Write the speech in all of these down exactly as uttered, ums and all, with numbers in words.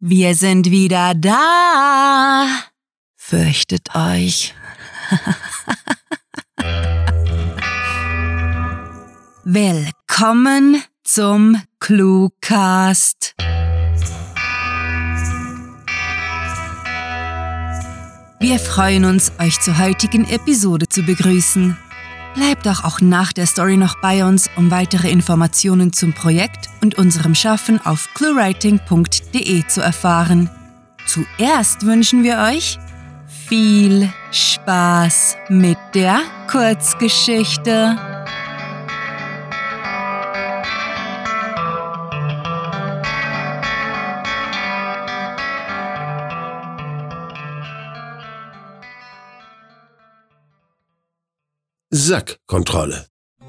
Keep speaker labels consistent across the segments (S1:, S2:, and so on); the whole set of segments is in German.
S1: Wir sind wieder da. Fürchtet euch. Willkommen zum Cluecast. Wir freuen uns, euch zur heutigen Episode zu begrüßen. Bleibt doch auch nach der Story noch bei uns, um weitere Informationen zum Projekt und unserem Schaffen auf cluewriting punkt de zu erfahren. Zuerst wünschen wir euch viel Spaß mit der Kurzgeschichte.
S2: Sackkontrolle.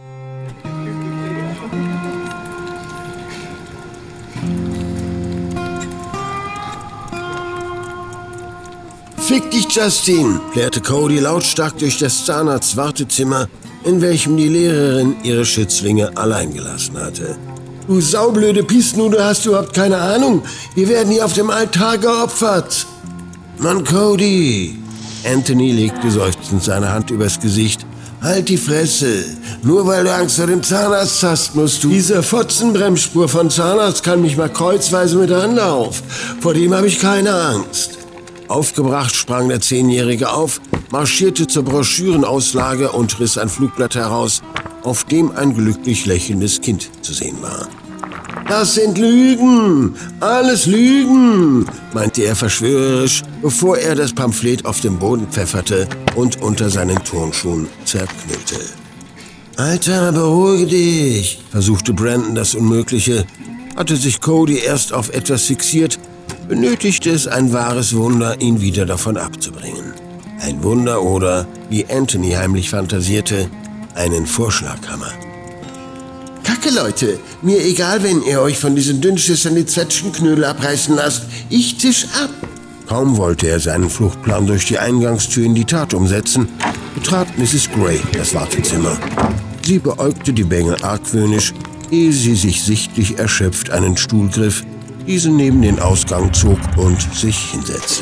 S2: Fick dich, Justin, plärrte Cody lautstark durch das Zahnarztwartezimmer, in welchem die Lehrerin ihre Schützlinge allein gelassen hatte. Du saublöde Pissnudel, hast du überhaupt keine Ahnung? Wir werden hier auf dem Altar geopfert. Mann, Cody. Anthony legte seufzend seine Hand übers Gesicht. Halt die Fresse. Nur weil du Angst vor dem Zahnarzt hast, musst du... Diese Fotzenbremsspur von Zahnarzt kann mich mal kreuzweise miteinander auf. Vor dem habe ich keine Angst. Aufgebracht sprang der Zehnjährige auf, marschierte zur Broschürenauslage und riss ein Flugblatt heraus, auf dem ein glücklich lächelndes Kind zu sehen war. Das sind Lügen! Alles Lügen! Meinte er verschwörerisch, bevor er das Pamphlet auf den Boden pfefferte und unter seinen Turnschuhen zerknüllte. Alter, beruhige dich, versuchte Brandon das Unmögliche. Hatte sich Cody erst auf etwas fixiert, benötigte es ein wahres Wunder, ihn wieder davon abzubringen. Ein Wunder oder, wie Anthony heimlich fantasierte, einen Vorschlaghammer. Kacke, Leute, mir egal, wenn ihr euch von diesen Dünnschissern die Zwetschgenknödel abreißen lasst. Ich zisch ab. Kaum wollte er seinen Fluchtplan durch die Eingangstür in die Tat umsetzen, betrat Misses Gray das Wartezimmer. Sie beäugte die Bengel argwöhnisch, ehe sie sich sichtlich erschöpft einen Stuhl griff, diesen neben den Ausgang zog und sich hinsetzte.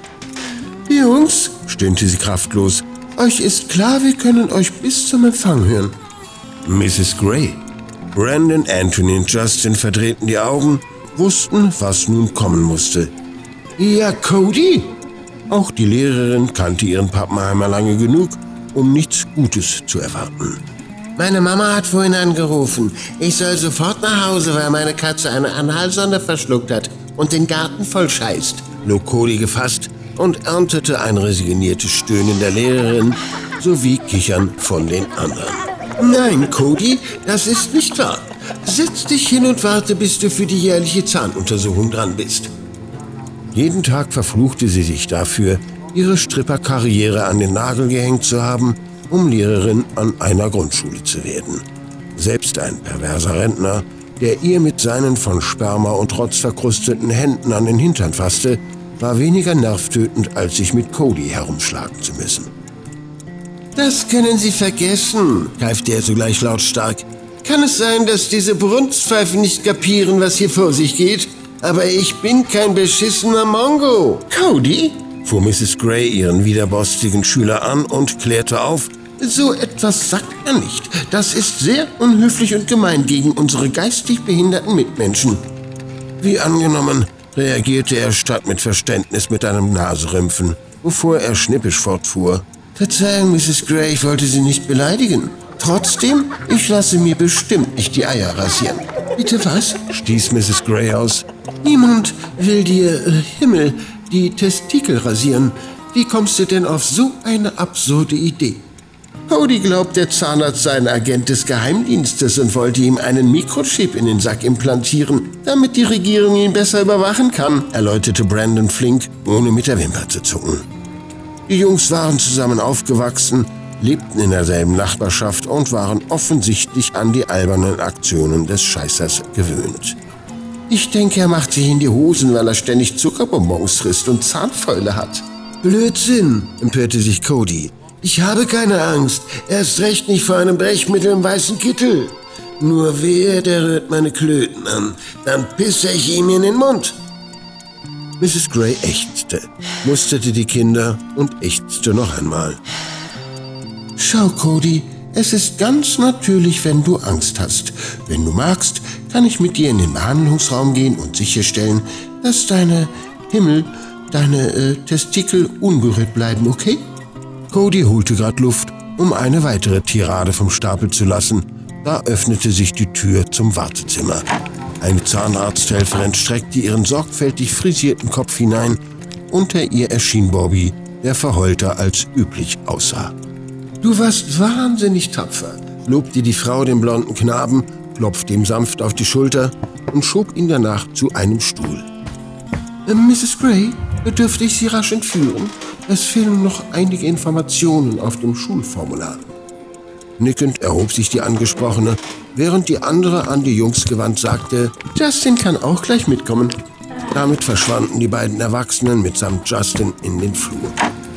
S2: Jungs, stöhnte sie kraftlos, euch ist klar, wir können euch bis zum Empfang hören. Misses Gray. Brandon, Anthony und Justin verdrehten die Augen, wussten, was nun kommen musste. Ja, Cody? Auch die Lehrerin kannte ihren Pappenheimer lange genug, um nichts Gutes zu erwarten. Meine Mama hat vorhin angerufen. Ich soll sofort nach Hause, weil meine Katze eine Analsonde verschluckt hat und den Garten voll scheißt, log Cody gefasst und erntete ein resigniertes Stöhnen der Lehrerin sowie Kichern von den anderen. Nein, Cody, das ist nicht wahr. Setz dich hin und warte, bis du für die jährliche Zahnuntersuchung dran bist. Jeden Tag verfluchte sie sich dafür, ihre Stripperkarriere an den Nagel gehängt zu haben, um Lehrerin an einer Grundschule zu werden. Selbst ein perverser Rentner, der ihr mit seinen von Sperma und Rotz verkrusteten Händen an den Hintern fasste, war weniger nervtötend, als sich mit Cody herumschlagen zu müssen. Das können Sie vergessen, keifte er sogleich lautstark. Kann es sein, dass diese Brunstpfeifen nicht kapieren, was hier vor sich geht? Aber ich bin kein beschissener Mongo. Cody? Fuhr Misses Gray ihren widerborstigen Schüler an und klärte auf. So etwas sagt er nicht. Das ist sehr unhöflich und gemein gegen unsere geistig behinderten Mitmenschen. Wie angenommen, reagierte er statt mit Verständnis mit einem Naserümpfen, bevor er schnippisch fortfuhr. Verzeihung, Misses Gray, ich wollte Sie nicht beleidigen. Trotzdem, ich lasse mir bestimmt nicht die Eier rasieren. Bitte was? Stieß Misses Gray aus. Niemand will dir, äh, Himmel, die Testikel rasieren. Wie kommst du denn auf so eine absurde Idee? Cody glaubt, der Zahnarzt sei ein Agent des Geheimdienstes und wollte ihm einen Mikrochip in den Sack implantieren, damit die Regierung ihn besser überwachen kann, erläuterte Brandon flink, ohne mit der Wimper zu zucken. Die Jungs waren zusammen aufgewachsen, lebten in derselben Nachbarschaft und waren offensichtlich an die albernen Aktionen des Scheißers gewöhnt. Ich denke, er macht sich in die Hosen, weil er ständig Zuckerbonbons frisst und Zahnfäule hat. Blödsinn, empörte sich Cody. Ich habe keine Angst, erst recht nicht vor einem Brechmittel im weißen Kittel. Nur wer, der rührt meine Klöten an, dann pisse ich ihm in den Mund. Misses Gray ächzte, musterte die Kinder und ächzte noch einmal. »Schau, Cody, es ist ganz natürlich, wenn du Angst hast. Wenn du magst, kann ich mit dir in den Behandlungsraum gehen und sicherstellen, dass deine Himmel, deine äh, Testikel unberührt bleiben, okay?« Cody holte grad Luft, um eine weitere Tirade vom Stapel zu lassen. Da öffnete sich die Tür zum Wartezimmer. Eine Zahnarzthelferin streckte ihren sorgfältig frisierten Kopf hinein. Unter ihr erschien Bobby, der verheulter als üblich aussah. »Du warst wahnsinnig tapfer«, lobte die Frau den blonden Knaben, klopfte ihm sanft auf die Schulter und schob ihn danach zu einem Stuhl. Äh, »Misses Gray, dürfte ich Sie rasch entführen? Es fehlen noch einige Informationen auf dem Schulformular.« Nickend erhob sich die Angesprochene, während die andere an die Jungs gewandt sagte, »Justin kann auch gleich mitkommen.« Damit verschwanden die beiden Erwachsenen mitsamt Justin in den Flur.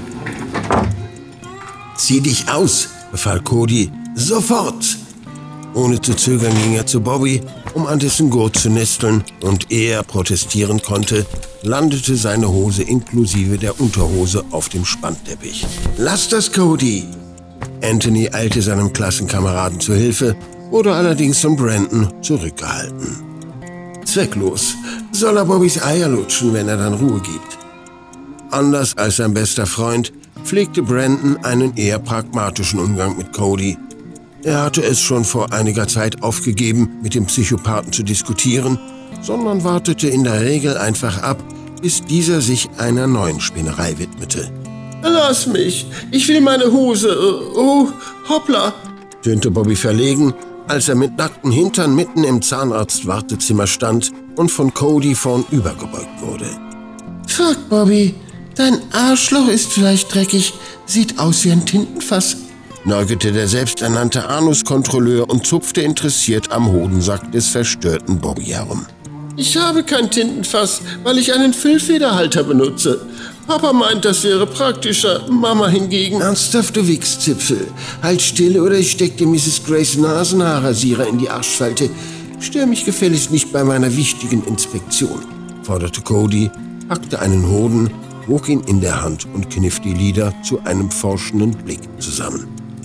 S2: »Zieh dich aus«, befahl Cody, »sofort!« Ohne zu zögern ging er zu Bobby, um an dessen Gurt zu nesteln, und ehe er protestieren konnte, landete seine Hose inklusive der Unterhose auf dem Spannteppich. »Lass das, Cody!« Anthony eilte seinem Klassenkameraden zur Hilfe, wurde allerdings von Brandon zurückgehalten. Zwecklos, soll er Bobbys Eier lutschen, wenn er dann Ruhe gibt. Anders als sein bester Freund pflegte Brandon einen eher pragmatischen Umgang mit Cody. Er hatte es schon vor einiger Zeit aufgegeben, mit dem Psychopathen zu diskutieren, sondern wartete in der Regel einfach ab, bis dieser sich einer neuen Spinnerei widmete. »Lass mich, ich will meine Hose, oh, hoppla«, tönte Bobby verlegen, als er mit nacktem Hintern mitten im Zahnarztwartezimmer stand und von Cody vornübergebeugt wurde. »Fuck, Bobby, dein Arschloch ist vielleicht dreckig, sieht aus wie ein Tintenfass«, nörgelte der selbsternannte Anuskontrolleur und zupfte interessiert am Hodensack des verstörten Bobby herum. »Ich habe kein Tintenfass, weil ich einen Füllfederhalter benutze. Papa meint, das wäre praktischer, Mama hingegen.« »Ernsthaft, du Wichszipfel. Halt still oder ich steck dir Misses Grays Nasenhaarrasierer in die Arschfalte. Stör mich gefälligst nicht bei meiner wichtigen Inspektion«, forderte Cody, packte einen Hoden, wog ihn in der Hand und kniff die Lider zu einem forschenden Blick zusammen.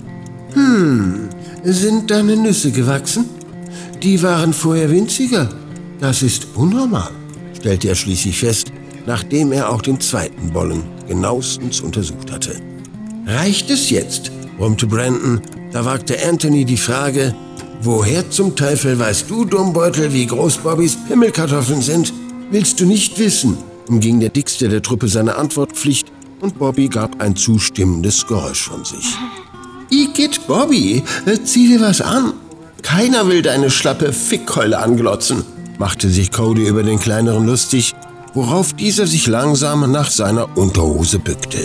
S2: »Hm, sind deine Nüsse gewachsen? Die waren vorher winziger. Das ist unnormal«, stellte er schließlich fest, nachdem er auch den zweiten Bollen genauestens untersucht hatte. »Reicht es jetzt?«, brummte Brandon. Da wagte Anthony die Frage, »Woher zum Teufel weißt du, Dummbeutel, wie groß Bobbys Pimmelkartoffeln sind? Willst du nicht wissen?«, umging der Dickste der Truppe seine Antwortpflicht und Bobby gab ein zustimmendes Geräusch von sich. »Igitt, Bobby, zieh dir was an. Keiner will deine schlappe Fickkeule anglotzen«, machte sich Cody über den Kleineren lustig, worauf dieser sich langsam nach seiner Unterhose bückte.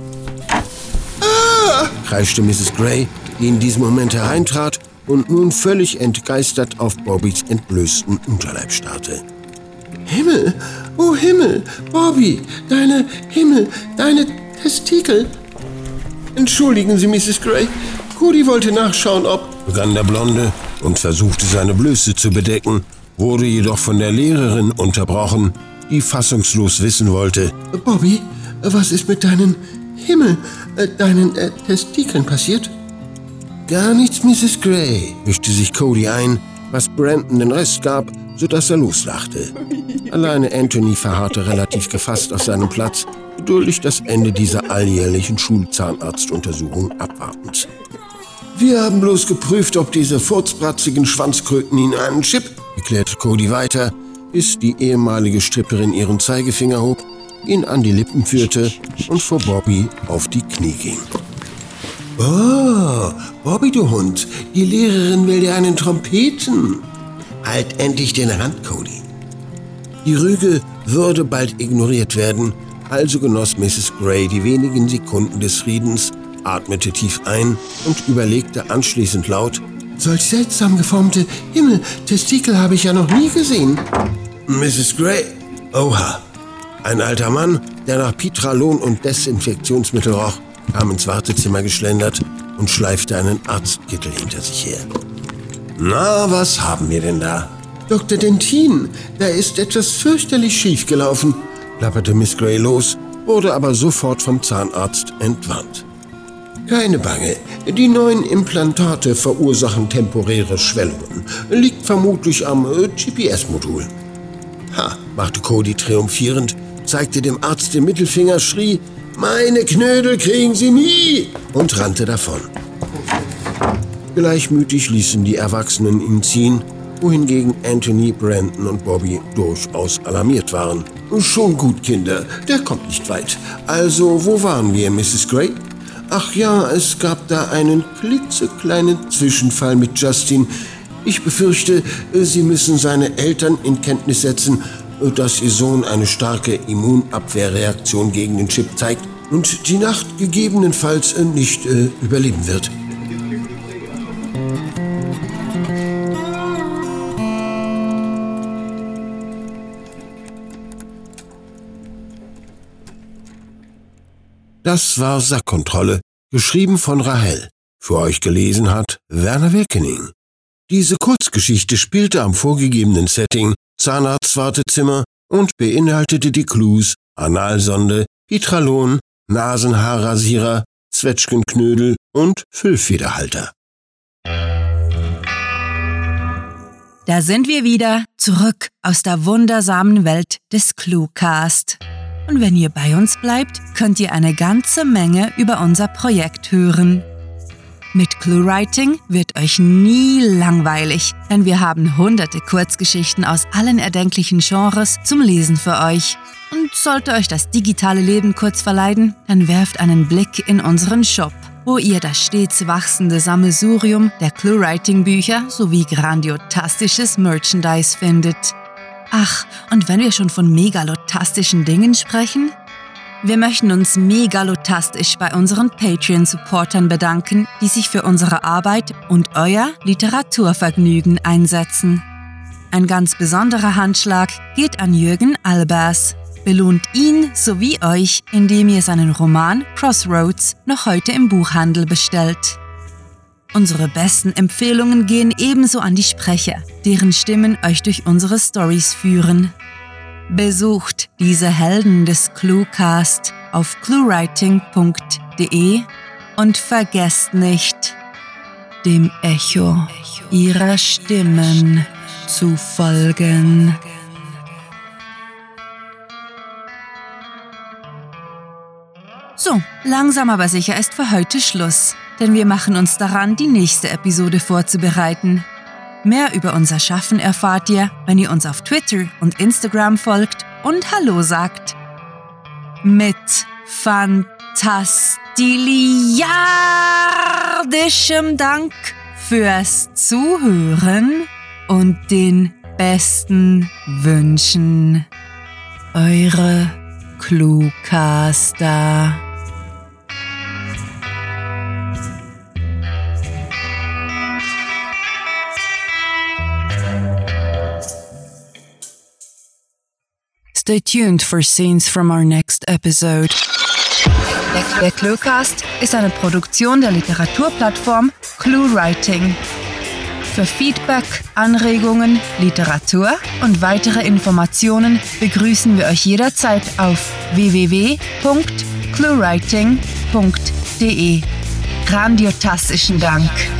S2: »Ah!«, kreischte Misses Gray, die in diesem Moment hereintrat und nun völlig entgeistert auf Bobbys entblößten Unterleib starrte. »Himmel, oh Himmel, Bobby, deine Himmel, deine Testikel!« »Entschuldigen Sie, Misses Gray, Cody wollte nachschauen, ob...« begann der Blonde und versuchte seine Blöße zu bedecken, wurde jedoch von der Lehrerin unterbrochen, die fassungslos wissen wollte. »Bobby, was ist mit deinen Himmel, äh, deinen äh, Testikeln passiert?« »Gar nichts, Misses Gray«, mischte sich Cody ein, was Brandon den Rest gab, sodass er loslachte. Alleine Anthony verharrte relativ gefasst auf seinem Platz, geduldig das Ende dieser alljährlichen Schulzahnarztuntersuchung abwartend. »Wir haben bloß geprüft, ob diese furzbratzigen Schwanzkröten Ihnen einen Chip«, erklärte Cody weiter, bis die ehemalige Stripperin ihren Zeigefinger hob, ihn an die Lippen führte und vor Bobby auf die Knie ging. »Oh, Bobby, du Hund, die Lehrerin will dir einen Trompeten. Halt endlich den Rand, Cody.« Die Rüge würde bald ignoriert werden, also genoss Misses Gray die wenigen Sekunden des Friedens, atmete tief ein und überlegte anschließend laut, »Solch seltsam geformte Himmel, Testikel habe ich ja noch nie gesehen.« »Misses Gray, oha.« Ein alter Mann, der nach Pitralon und Desinfektionsmittel roch, kam ins Wartezimmer geschlendert und schleifte einen Arztkittel hinter sich her. »Na, was haben wir denn da?« »Doktor Dentin, da ist etwas fürchterlich schief gelaufen. plapperte Miss Grey los, wurde aber sofort vom Zahnarzt entwarnt. Keine Bange, die neuen Implantate verursachen temporäre Schwellungen. Liegt vermutlich am äh, G P S-Modul. Ha, machte Cody triumphierend, zeigte dem Arzt den Mittelfinger, schrie, »Meine Knödel kriegen Sie nie!« und rannte davon. Gleichmütig ließen die Erwachsenen ihn ziehen, wohingegen Anthony, Brandon und Bobby durchaus alarmiert waren. »Schon gut, Kinder, der kommt nicht weit. Also, wo waren wir, Misses Grey?« »Ach ja, es gab da einen klitzekleinen Zwischenfall mit Justin. Ich befürchte, Sie müssen seine Eltern in Kenntnis setzen, dass Ihr Sohn eine starke Immunabwehrreaktion gegen den Chip zeigt und die Nacht gegebenenfalls nicht äh, überleben wird.« Das war Sackkontrolle, geschrieben von Rahel. Für euch gelesen hat Werner Wilkening. Diese Kurzgeschichte spielte am vorgegebenen Setting Zahnarztwartezimmer und beinhaltete die Clues Analsonde, Hydralon, Nasenhaarrasierer, Zwetschgenknödel und Füllfederhalter.
S1: Da sind wir wieder, zurück aus der wundersamen Welt des Cluecast. Und wenn ihr bei uns bleibt, könnt ihr eine ganze Menge über unser Projekt hören. Mit ClueWriting wird euch nie langweilig, denn wir haben hunderte Kurzgeschichten aus allen erdenklichen Genres zum Lesen für euch. Und sollte euch das digitale Leben kurz verleiden, dann werft einen Blick in unseren Shop, wo ihr das stets wachsende Sammelsurium der ClueWriting-Bücher sowie grandiotastisches Merchandise findet. Ach, und wenn wir schon von megalotastischen Dingen sprechen? Wir möchten uns megalotastisch bei unseren Patreon-Supportern bedanken, die sich für unsere Arbeit und euer Literaturvergnügen einsetzen. Ein ganz besonderer Handschlag geht an Jürgen Albers. Belohnt ihn sowie euch, indem ihr seinen Roman Crossroads noch heute im Buchhandel bestellt. Unsere besten Empfehlungen gehen ebenso an die Sprecher, deren Stimmen euch durch unsere Storys führen. Besucht diese Helden des Cluecast auf cluewriting punkt de und vergesst nicht, dem Echo ihrer Stimmen zu folgen. So, langsam aber sicher ist für heute Schluss, denn wir machen uns daran, die nächste Episode vorzubereiten. Mehr über unser Schaffen erfahrt ihr, wenn ihr uns auf Twitter und Instagram folgt und Hallo sagt. Mit fantastiliardischem Dank fürs Zuhören und den besten Wünschen. Eure Cluecaster. Stay tuned for scenes from our next episode. Der Cluecast ist eine Produktion der Literaturplattform ClueWriting. Für Feedback, Anregungen, Literatur und weitere Informationen begrüßen wir euch jederzeit auf w w w punkt cluewriting punkt de. Grandiotastischen Dank.